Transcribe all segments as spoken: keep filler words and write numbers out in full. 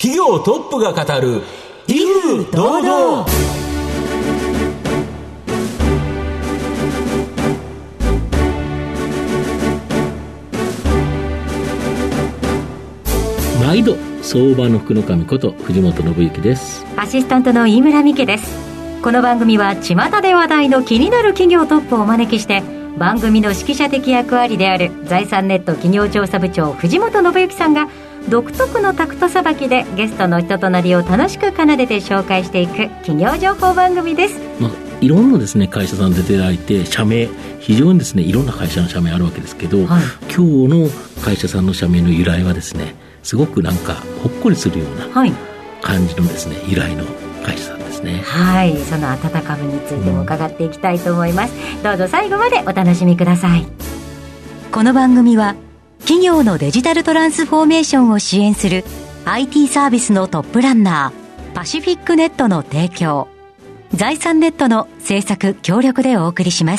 企業トップが語る威風堂々。 毎度相場の福の神こと藤本信之です。 アシスタントの飯村美希です。この番組は巷で話題の気になる企業トップをお招きして、番組の指揮者的役割である財産ネット企業調査部長藤本信之さんが独特のタクトさばきでゲストの人となりを楽しく奏でて紹介していく企業情報番組です。 まあ、いろんなですね会社さん出ていただいて、社名非常にですねいろんな会社の社名あるわけですけど、はい、今日の会社さんの社名の由来はですね、すごくなんかほっこりするような感じのですね、はい、由来の会社さんですね。 はい、その温かみについても伺っていきたいと思います、うん、どうぞ最後までお楽しみください。この番組は企業のデジタルトランスフォーメーションを支援する アイティー サービスのトップランナーパシフィックネットの提供、財産ネットの制作協力でお送りします。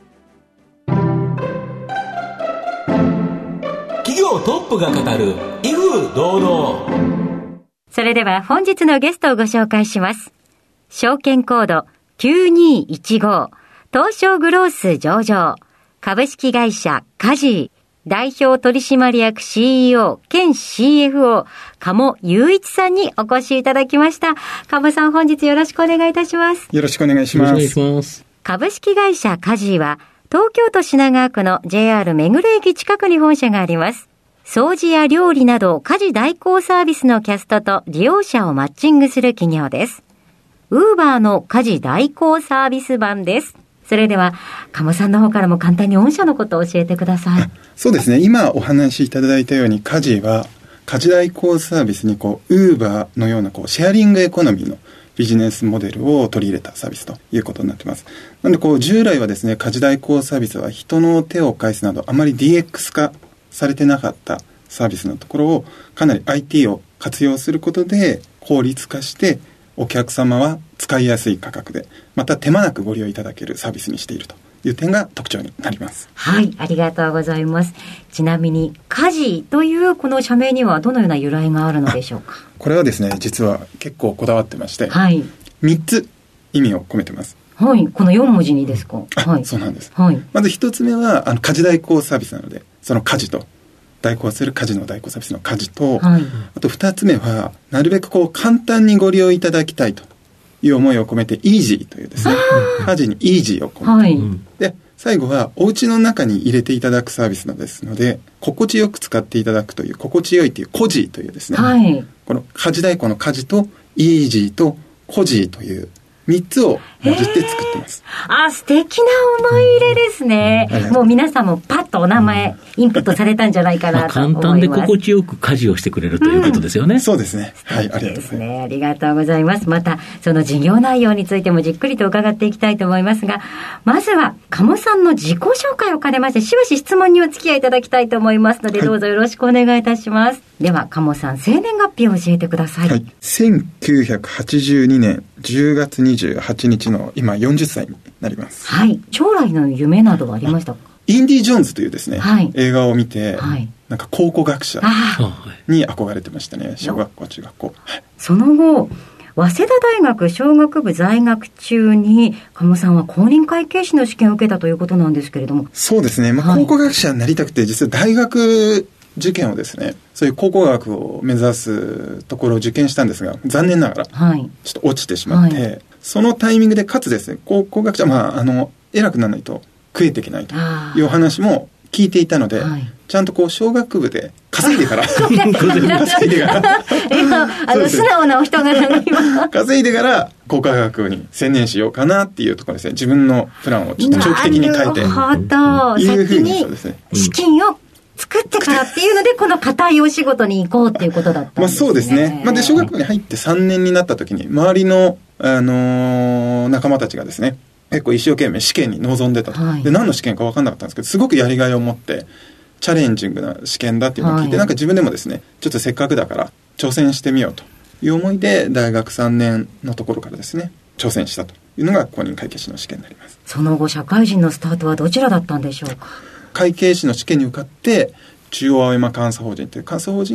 企業トップが語る威風堂々。 それでは本日のゲストをご紹介します。証券コードきゅうにいちご東証グロース上場株式会社カジー代表取締役 シーイーオー 兼 シーエフオー 鴨雄一さんにお越しいただきました。鴨さん、本日よろしくお願いいたします。 よろしくお願いします。よろしくお願いします。 株式会社カジーは東京都品川区の ジェイアール 目黒駅近くに本社があります。掃除や料理など家事代行サービスのキャストと利用者をマッチングする企業です。ウーバーの家事代行サービス版です。それでは鴨さんの方からも簡単に御社のことを教えてください。 そうですね、今お話しいただいたように家事は家事代行サービスにこうウーバーのようなこうシェアリングエコノミーのビジネスモデルを取り入れたサービスということになっています。なのでこう従来はですね、家事代行サービスは人の手を介すなどあまり ディーエックス 化されてなかったサービスのところをかなり アイティー を活用することで効率化してお客様は使いやすい価格でまた手間なくご利用いただけるサービスにしているという点が特徴になります。 はい、ありがとうございます。ちなみに家事というこの社名にはどのような由来があるのでしょうか。 これはですね、実は結構こだわってまして、 はい、 みっつ意味を込めてます。 はい、このよん文字にですか。はい、 そうなんです、 はい、 まずひとつめはあの家事代行サービスなので、その家事と代行する家事の代行サービスの家事と、はい、あとふたつめはなるべくこう簡単にご利用いただきたいという思いを込めてイージーというですね、家事にイージーを込めて、はい、で最後はお家の中に入れていただくサービスなんですので、心地よく使っていただくという心地よいというコジーというですね、はい、この家事代行の家事とイージーとコジーというみっつをもじって作ってます。 あ、素敵な思い入れですね、うん、もう皆さんもパッとお名前インプットされたんじゃないかなと思います。 まあ、簡単で心地よく家事をしてくれるということですよね、 うん、そうですね、はい、ありがとうございます。 ね、ありがとうございます。またその事業内容についてもじっくりと伺っていきたいと思いますが、まずは鴨さんの自己紹介を兼ねましてしばし質問にお付き合いいただきたいと思いますので、はい、どうぞよろしくお願いいたします。では鴨さん、生年月日を教えてください。はい、 せんきゅうひゃくはちじゅうにねんじゅうがつにじゅうはちにちの今よんじゅっさいになります。 はい、将来の夢などはありましたか。 インディ・ジョーンズというですね、はい、映画を見て、 はい、 なんか考古学者に憧れてましたね、小学校中学校、はい、 その後早稲田大学商学部在学中に鴨さんは公認会計士の試験を受けたということなんですけれども。 そうですね、まあ、考古学者になりたくて、実は大学受験をですね、そういう考古学を目指すところを受験したんですが、残念ながらちょっと落ちてしまって、はい、そのタイミングでかつですね、考古学者、まあ、あの偉くならないと食えていけないという話も聞いていたので、はい、ちゃんとこう商学部で稼いでから稼いでから今あの素直なお人柄が今稼いでから考古学に専念しようかなっていうところですね。自分のプランをちょっと長期的に変えていうふうに、そうですね、 資金を作ってからっていうのでこの固いお仕事に行こうっていうことだったんですね。 まあ、そうですね、まあ、で小学校に入ってさんねんになった時に周りの、あのー、仲間たちがですね、結構一生懸命試験に臨んでたと、はい、で何の試験か分かんなかったんですけど、すごくやりがいを持ってチャレンジングな試験だっていうのを聞いて、はい、なんか自分でもですね、ちょっとせっかくだから挑戦してみようという思いで大学さんねんのところからですね挑戦したというのが公認会計士の試験になります。 その後社会人のスタートはどちらだったんでしょうか。 会計士の試験に受かって中央青山監査法人という監査法人が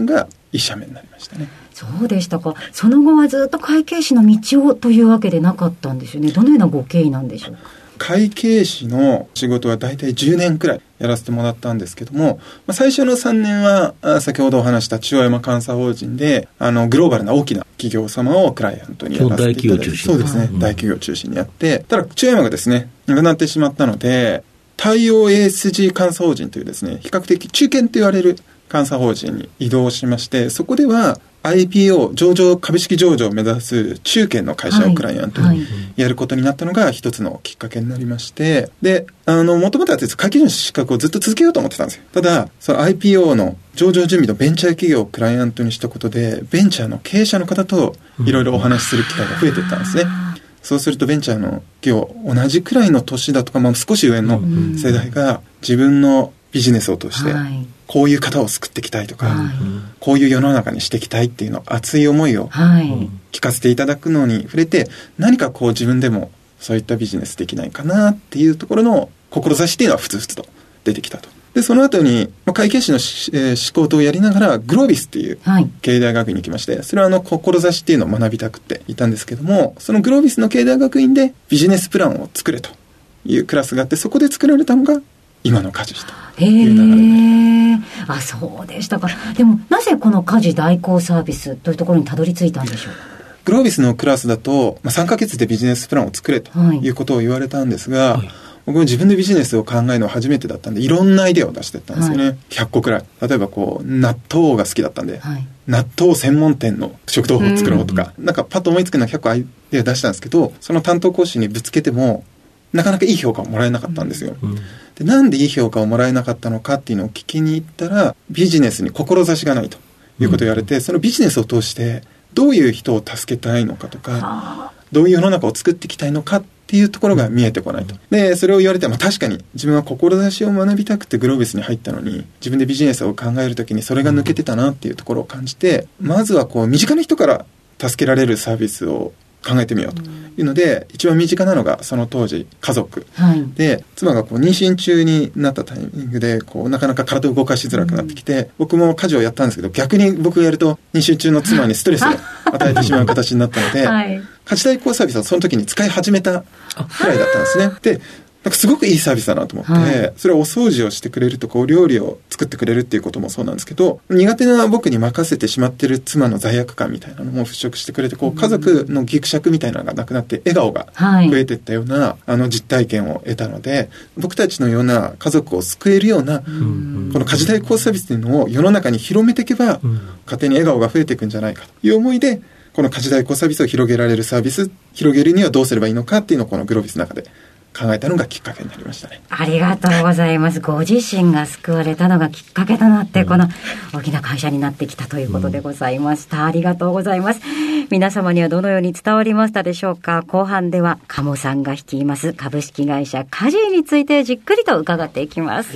いい社名になりましたね。 そうでしたか。その後はずっと会計士の道をというわけでなかったんですよね。どのようなご経緯なんでしょうか。 会計士の仕事はだいたいじゅうねんくらいやらせてもらったんですけども、まあ、最初のさんねんは先ほどお話した中央山監査法人であのグローバルな大きな企業様をクライアントにやらせていただいて、そうですね、はい、大企業を中心にやって、ただ中央山がですねなくなってしまったので、対応 エーエスジー 監査法人というですね比較的中堅と言われる監査法人に移動しまして、そこでは アイピーオー 上場株式上場を目指す中堅の会社をクライアントにやることになったのが一つのきっかけになりまして、であのもともとは会計士の資格をずっと続けようと思ってたんですよ。ただその アイピーオー の上場準備のベンチャー企業をクライアントにしたことで、ベンチャーの経営者の方といろいろお話しする機会が増えていったんですね。そうするとベンチャーの企業同じくらいの年だとか、まあ、少し上の世代が自分のビジネスを通してこういう方を救っていきたいとか、はい、こういう世の中にしていきたいっていうの熱い思いを聞かせていただくのに触れて、何かこう自分でもそういったビジネスできないかなっていうところの志っていうのはふつふつと出てきたと。でその後に会計士の、えー、仕事をやりながらグロービスっていう経営大学院に行きまして、それはあの志っていうのを学びたくていたんですけども、そのグロービスの経営大学院でビジネスプランを作れというクラスがあって、そこで作られたのが今の家事という流れになります。 あ、そうでしたか。でもなぜこの家事代行サービスというところにたどり着いたんでしょう。 グロービスのクラスだと、まあ、さんかげつでビジネスプランを作れということを言われたんですが、はい、僕も自分でビジネスを考えるのは初めてだったんで、いろんなアイデアを出していったんですよね、はい、ひゃっこくらい。例えばこう納豆が好きだったんで、はい、納豆専門店の食堂を作ろうとか、うん、なんかパッと思いつくのはひゃっこアイデア出したんですけど、その担当講師にぶつけてもなかなかいい評価をもらえなかったんですよ、うん、でなんでいい評価をもらえなかったのかっていうのを聞きに行ったら、ビジネスに志がないということを言われて、うん、そのビジネスを通してどういう人を助けたいのかとか、どういう世の中を作っていきたいのかっていうところが見えてこないと。でそれを言われて、まあ、確かに自分は志を学びたくてグロービスに入ったのに、自分でビジネスを考えるときにそれが抜けてたなっていうところを感じて、まずはこう身近な人から助けられるサービスを考えてみようというので、一番身近なのがその当時家族、はい、で妻がこう妊娠中になったタイミングでこうなかなか体を動かしづらくなってきて、うん、僕も家事をやったんですけど、逆に僕がやると妊娠中の妻にストレスを与えてしまう形になったので、はい、家事代行サービスはその時に使い始めたくらいだったんですね。でなんかすごくいいサービスだなと思って、はい、それはお掃除をしてくれるとこう料理を作ってくれるっていうこともそうなんですけど、苦手な僕に任せてしまってる妻の罪悪感みたいなのも払拭してくれて、こう家族のギクシャクみたいなのがなくなって笑顔が増えていったような、はい、あの実体験を得たので、僕たちのような家族を救えるようなこの家事代行サービスというのを世の中に広めていけば、家庭に笑顔が増えていくんじゃないかという思いで、この家事代行サービスを広げられるサービス、広げるにはどうすればいいのかっていうのをこのグロービスの中で考えたのがきっかけになりましたね。 ありがとうございます。ご自身が救われたのがきっかけとなって、うん、この大きな会社になってきたということでございました、うん、ありがとうございます。皆様にはどのように伝わりましたでしょうか。後半では鴨さんが率います株式会社カジーについてじっくりと伺っていきます。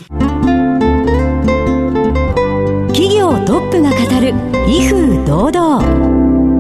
企業トップが語る威風堂々。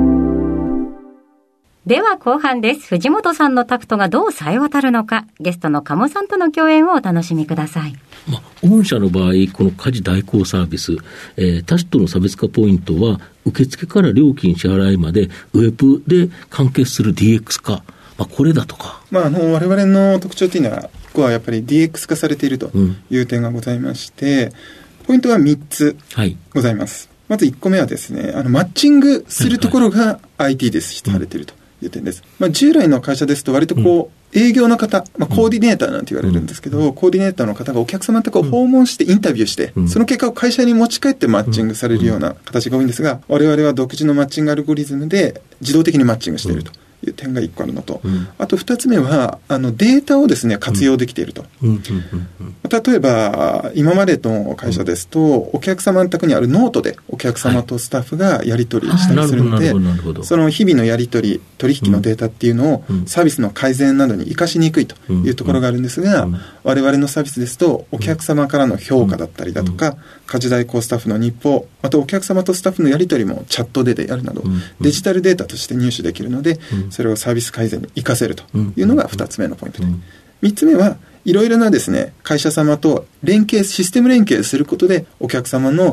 では後半です。藤本さんのタクトがどう冴え渡るのか、ゲストの鴨さんとの共演をお楽しみください。 まあ、御社の場合この家事代行サービス、えー、他社との差別化ポイントは受付から料金支払いまでウェブで完結する ディーエックス 化、まあ、これだとか、 まあ、あの我々の特徴というのはここはやっぱり ディーエックス 化されているという点がございまして、うん、ポイントはみっつございます、はい、まずいっこめはですね、あのマッチングするところが アイティー で支出されているという点です。まあ、従来の会社ですと割とこう、うん、営業の方、まあ、コーディネーターなんて言われるんですけど、うん、コーディネーターの方がお客様のところを訪問してインタビューして、うん、その結果を会社に持ち帰ってマッチングされるような形が多いんですが、我々は独自のマッチングアルゴリズムで自動的にマッチングしているという点がいっこあるのと、うん、あとふたつめはあのデータをですね活用できていると、うんうんうんうん、例えば今までの会社ですと、うん、お客様の宅にあるノートでお客様とスタッフがやり取りしたりするので、はい、その日々のやり取り取引のデータっていうのをサービスの改善などに生かしにくいというところがあるんですが、うんうん、我々のサービスですとお客様からの評価だったりだとか、家事代行スタッフの日報、またお客様とスタッフのやり取りもチャットでやるなど、うんうん、デジタルデータとして入手できるので、うん、それをサービス改善に活かせるというのがふたつめのポイントで、みっつめはいろいろなですね会社様と連携システム連携することでお客様の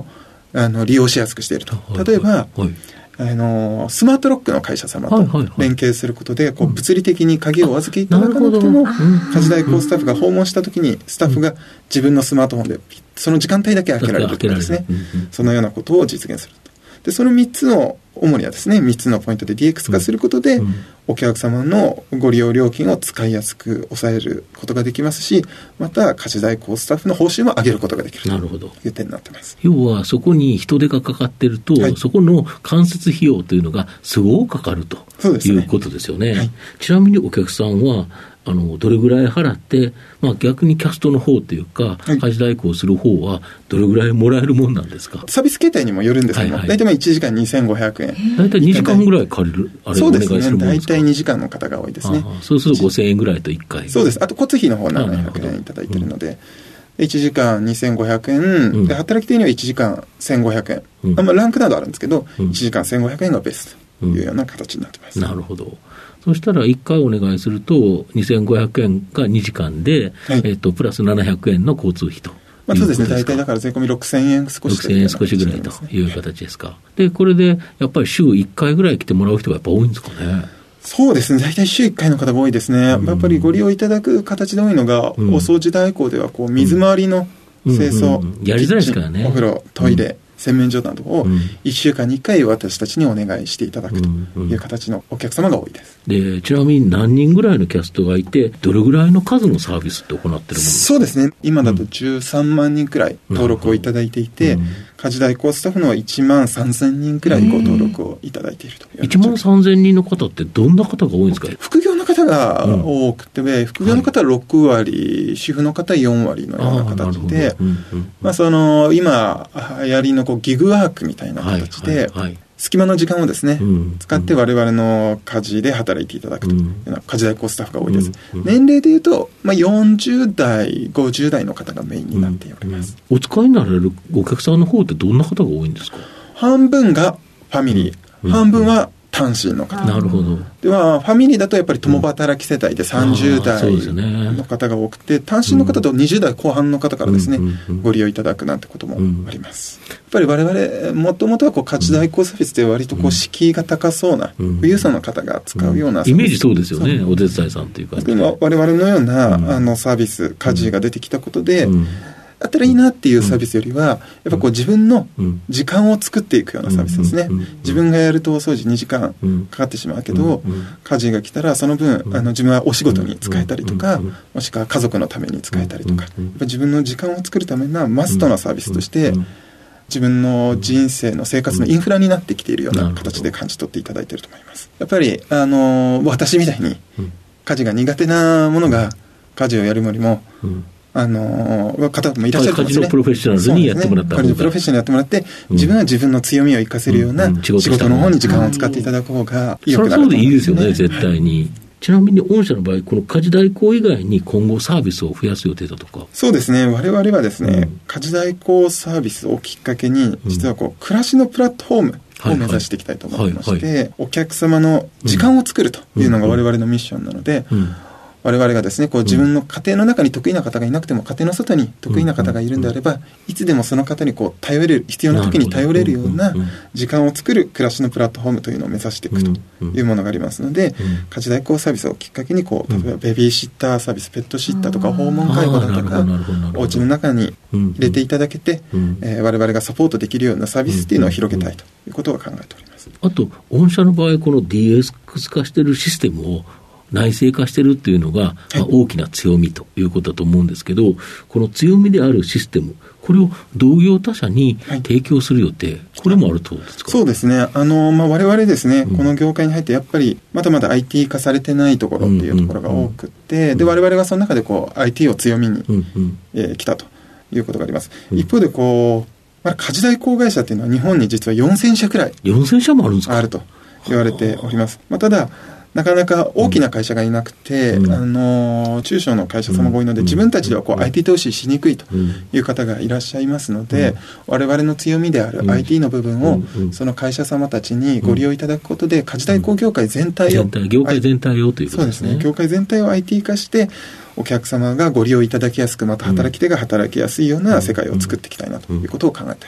あの利用しやすくしていると。例えば、はいはい、あのスマートロックの会社様と連携することで、こう物理的に鍵をお預けいただかなくても、家事代行スタッフが訪問したときにスタッフが自分のスマートフォンでその時間帯だけ開けられるとかですね、そのようなことを実現すると。でそのみっつの主にはですねみっつのポイントで ディーエックス 化することで、うん、お客様のご利用料金を使いやすく抑えることができますし、また家事代行スタッフの報酬も上げることができるという点になっています。 要はそこに人手がかかっていると、はい、そこの間接費用というのがすごくかかるということですよね。はい、ちなみにお客さんはあのどれぐらい払って、まあ、逆にキャストの方というか、はい、家事代行する方はどれぐらいもらえるもんなんですか？ サービス形態にもよるんですけども、はいはい、大体まあいちじかんにせんごひゃくえん、 大体にじかんぐらい借りるあれお願いするもんですか？そうですね、大体にじかんの方が多いですね。 ああ、そうするとごせんえんぐらいといっかい。 そうです。あと交通費の方ななひゃくえんいただいているので、うん、いちじかんにせんごひゃくえん、うん、で働き手にはいちじかんせんごひゃくえん、うん、あまあ、ランクなどあるんですけど、うん、いちじかんせんごひゃくえんがベストというような形になっています。 うん、なるほど。そしたらいっかいお願いするとにせんごひゃくえんがにじかんで、はい、えー、とプラスななひゃくえんの交通費と。 まあ、そうですね、大体だから税込みろくせんえん少し、 ろくせんえん少しぐらいという形ですか。でこれでやっぱり週いっかいぐらい来てもらう人がやっぱ多いんですかね？ そうですね、大体週いっかいの方が多いですね。うん、やっぱりご利用いただく形で多いのが、うん、お掃除代行ではこう水回りの清掃、 うんうんうん、やりづらいですからね。 お風呂、トイレ、うん、洗面所などをいっしゅうかんにいっかい私たちにお願いしていただくという形のお客様が多いです。 でちなみに何人ぐらいのキャストがいてどれぐらいの数のサービスって行ってるものですか？ そうですね、今だとじゅうさんまんにんくらい登録をいただいていて、うん、家事代行スタッフのいちまんさんぜんにんくらいご登録をいただいているという。 いちまんさんぜんにんの方ってどんな方が多いんですか？ 副業の方が多くて、うん、副業の方はろくわり、はい、主婦の方よんわりのような形で、うんうん、まあ、その今流行りのこうギグワークみたいな形で、はいはいはい、隙間の時間をですね、うん、使って我々の家事で働いていただくというような家事代行スタッフが多いです。うんうん、年齢でいうと、まあ、よんじゅうだいごじゅうだいの方がメインになっております。 うんうん、お使いになられるお客さんの方ってどんな方が多いんですか？ 半分がファミリー、うん、半分は単身の方。 なるほど。 ではファミリーだとやっぱり共働き世帯でさんじゅうだいの方が多くて、単身の方とにじゅうだいこう半の方からですね、うんうんうん、ご利用いただくなんてこともあります。うん、やっぱり我々もともとはこう家事代行サービスで割とこう敷居が高そうな富裕層の方が使うような、 うん、イメージそうですよね。お手伝いさんというか、 でも我々のような、うん、あのサービス家事が出てきたことで、うん、だったらいいなっていうサービスよりは、やっぱこう自分の時間を作っていくようなサービスですね。自分がやるとお掃除にじかんかかってしまうけど、家事が来たらその分あの自分はお仕事に使えたりとか、もしくは家族のために使えたりとか、やっぱ自分の時間を作るためのマストなサービスとして自分の人生の生活のインフラになってきているような形で感じ取っていただいていると思います。やっぱりあの私みたいに家事が苦手なものが家事をやるよりも、あの方もいらっしゃると思うんですね。 家事のプロフェッショナルにやってもらった方が、 家事のプロフェッショナルにやってもらって、うん、自分は自分の強みを生かせるような仕事の方に時間を使っていただく方が良くなると思うんですね。それはそうでいいですよね、 絶対に。ちなみに御社の場合、この家事代行以外に今後サービスを増やす予定だとか？ そうですね、我々はですね、うん、家事代行サービスをきっかけに、実はこう暮らしのプラットフォームを目指していきたいと思ってまして、はいはいはい、お客様の時間を作るというのが我々のミッションなので、うんうん、我々がですね、こう自分の家庭の中に得意な方がいなくても、家庭の外に得意な方がいるんであれば、いつでもその方にこう頼れる、必要な時に頼れるような時間を作る暮らしのプラットフォームというのを目指していくというものがありますので、家事代行サービスをきっかけにこう、例えばベビーシッターサービス、ペットシッターとか訪問介護だとか、お家の中に入れていただけて、えー、我々がサポートできるようなサービスっていうのを広げたいということを考えております。 あと、御社の場合、この ディーエックス 化しているシステムを内製化しているっていうのが、まあ、大きな強みということだと思うんですけど、この強みであるシステム、これを同業他社に提供する予定、はい、これもあるとですか？ そうですね、あの、まあ、我々ですね、うん、この業界に入ってやっぱりまだまだ アイティー 化されてないところっていうところが多くて、うんうんうん、で我々はその中でこう アイティー を強みに、うんうんえー、来たということがあります。うん、一方でこう、まあ、家事代行会社っていうのは日本に実はよんせんしゃくらいよんせんしゃもあるんですか？ あると言われております。まあ、ただなかなか大きな会社がいなくて、うん、あの中小の会社様が多いので、うん、自分たちではこう アイティー 投資しにくいという方がいらっしゃいますので、うん、我々の強みである アイティー の部分を、うん、その会社様たちにご利用いただくことで、家事代行業界全体を、 全体業界全体をということですね。 そうですね、業界全体を アイティー 化してお客様がご利用いただきやすく、また働き手が働きやすいような世界を作っていきたいなということを考えています。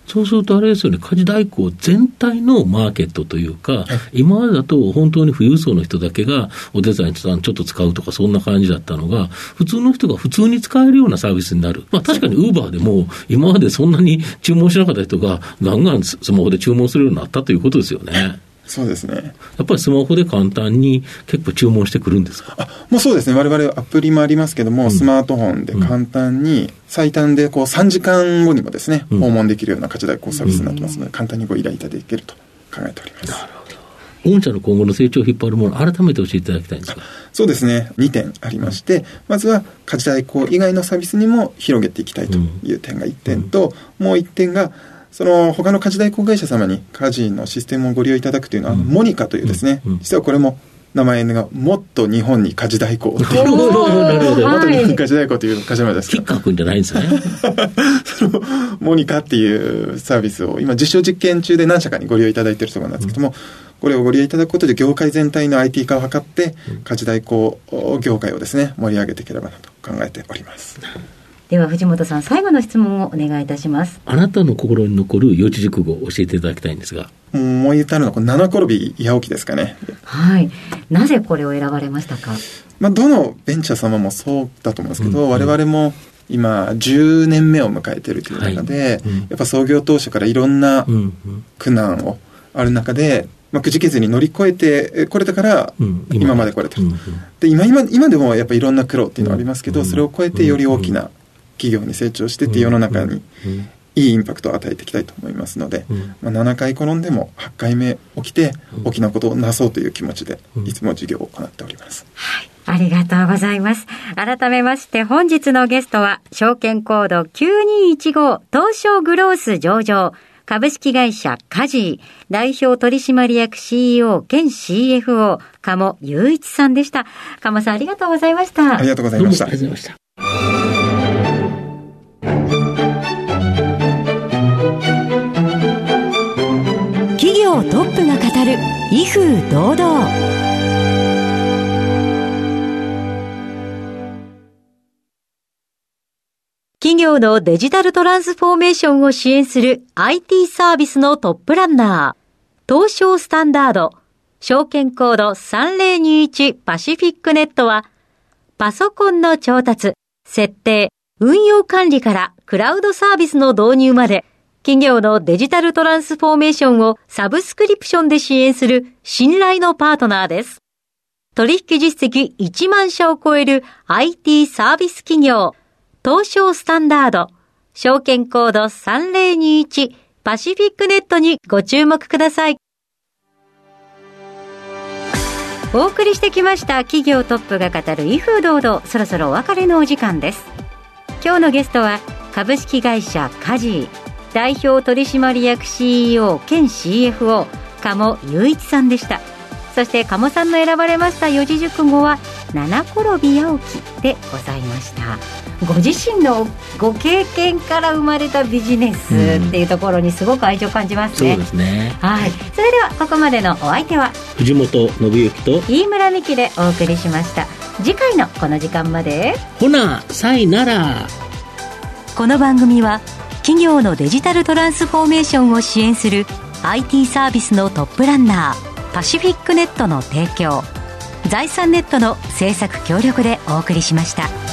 そうするとあれですよね、家事代行全体のマーケットというか、はい、今までだと本当に富裕層の人だけがお手伝いさんちょっと使うとかそんな感じだったのが、普通の人が普通に使えるようなサービスになる。まあ確かにウーバーでも今までそんなに注文しなかった人がガンガンスマホで注文するようになったということですよね。 そうですね。 やっぱりスマホで簡単に結構注文してくるんですか？ あ、もうそうですね。我々アプリもありますけども、うん、スマートフォンで簡単に最短でこうさんじかんごにもですね、うん、訪問できるような家事代行サービスになってますので、うん、簡単にご依頼いただけると考えております。 なるほど。御社の今後の成長を引っ張るもの、改めて教えていただきたいんですか？そうですね。にてんありまして、うん、まずは家事代行以外のサービスにも広げていきたいという点がいってんと、うん、もういってんがその他の家事代行会社様に家事のシステムをご利用いただくというのは、うん、モニカというですね、うんうん、実はこれも名前がもっと日本に家事代行というもっと日本に家事代行という会社名ですけど、 キッカーくんじゃないんですねそのモニカっていうサービスを今実証実験中で何社かにご利用いただいているところなんですけども、うん、これをご利用いただくことで業界全体の アイティー 化を図って家事代行業界をですね盛り上げていければなと考えております。 では藤本さん、最後の質問をお願いいたします。 あなたの心に残る四字熟語を教えていただきたいんですが。 思い至るのはこの七転び八起きですかね。 はい。なぜこれを選ばれましたか？ まあ、どのベンチャー様もそうだと思うんですけど、うんうん、我々も今じゅうねんめを迎えているという中で、はいうん、やっぱ創業当初からいろんな苦難をある中で、まあ、くじけずに乗り越えてこれたから、うん、今まで来れてる、うんうん、で 今, 今, 今でもやっぱいろんな苦労っていうのはありますけど、うん、それを超えてより大きな企業に成長してって世の中にいいインパクトを与えていきたいと思いますので、うんまあ、ななかい転んでもはちかいめ起きて大きなことをなそうという気持ちでいつも事業を行っております、 うん、はい、ありがとうございます。改めまして本日のゲストは証券コードきゅうにいちご東証グロース上場株式会社カジー代表取締役 シーイーオー 兼 シーエフオー 鴨雄一さんでした。鴨さん、ありがとうございました。 ありがとうございました。 ありがとうございました。 企業トップが語る威風堂々。 企業のデジタルトランスフォーメーションを支援する アイティー サービスのトップランナー、東証スタンダード、証券コードさんぜろにいちパシフィックネットは、パソコンの調達、設定、運用管理からクラウドサービスの導入まで、企業のデジタルトランスフォーメーションをサブスクリプションで支援する信頼のパートナーです。取引実績いちまんしゃを超える アイティー サービス企業、東証スタンダード、証券コードさんぜろにいちパシフィックネットにご注目ください。お送りしてきました企業トップが語る威風堂々、そろそろお別れのお時間です。今日のゲストは株式会社カジー代表取締役 シーイーオー 兼 シーエフオー 鴨雄一さんでした。そして鴨さんの選ばれました四字熟語は七転び八起きでございました。ご自身のご経験から生まれたビジネスっていうところにすごく愛情を感じますね、 うん、そうですね、 はい、それではここまでのお相手は藤本信之と飯村美希でお送りしました。次回のこの時間までほなさいなら。 この番組は企業のデジタルトランスフォーメーションを支援する アイティー サービスのトップランナーパシフィックネットの提供、財産ネットの制作協力でお送りしました。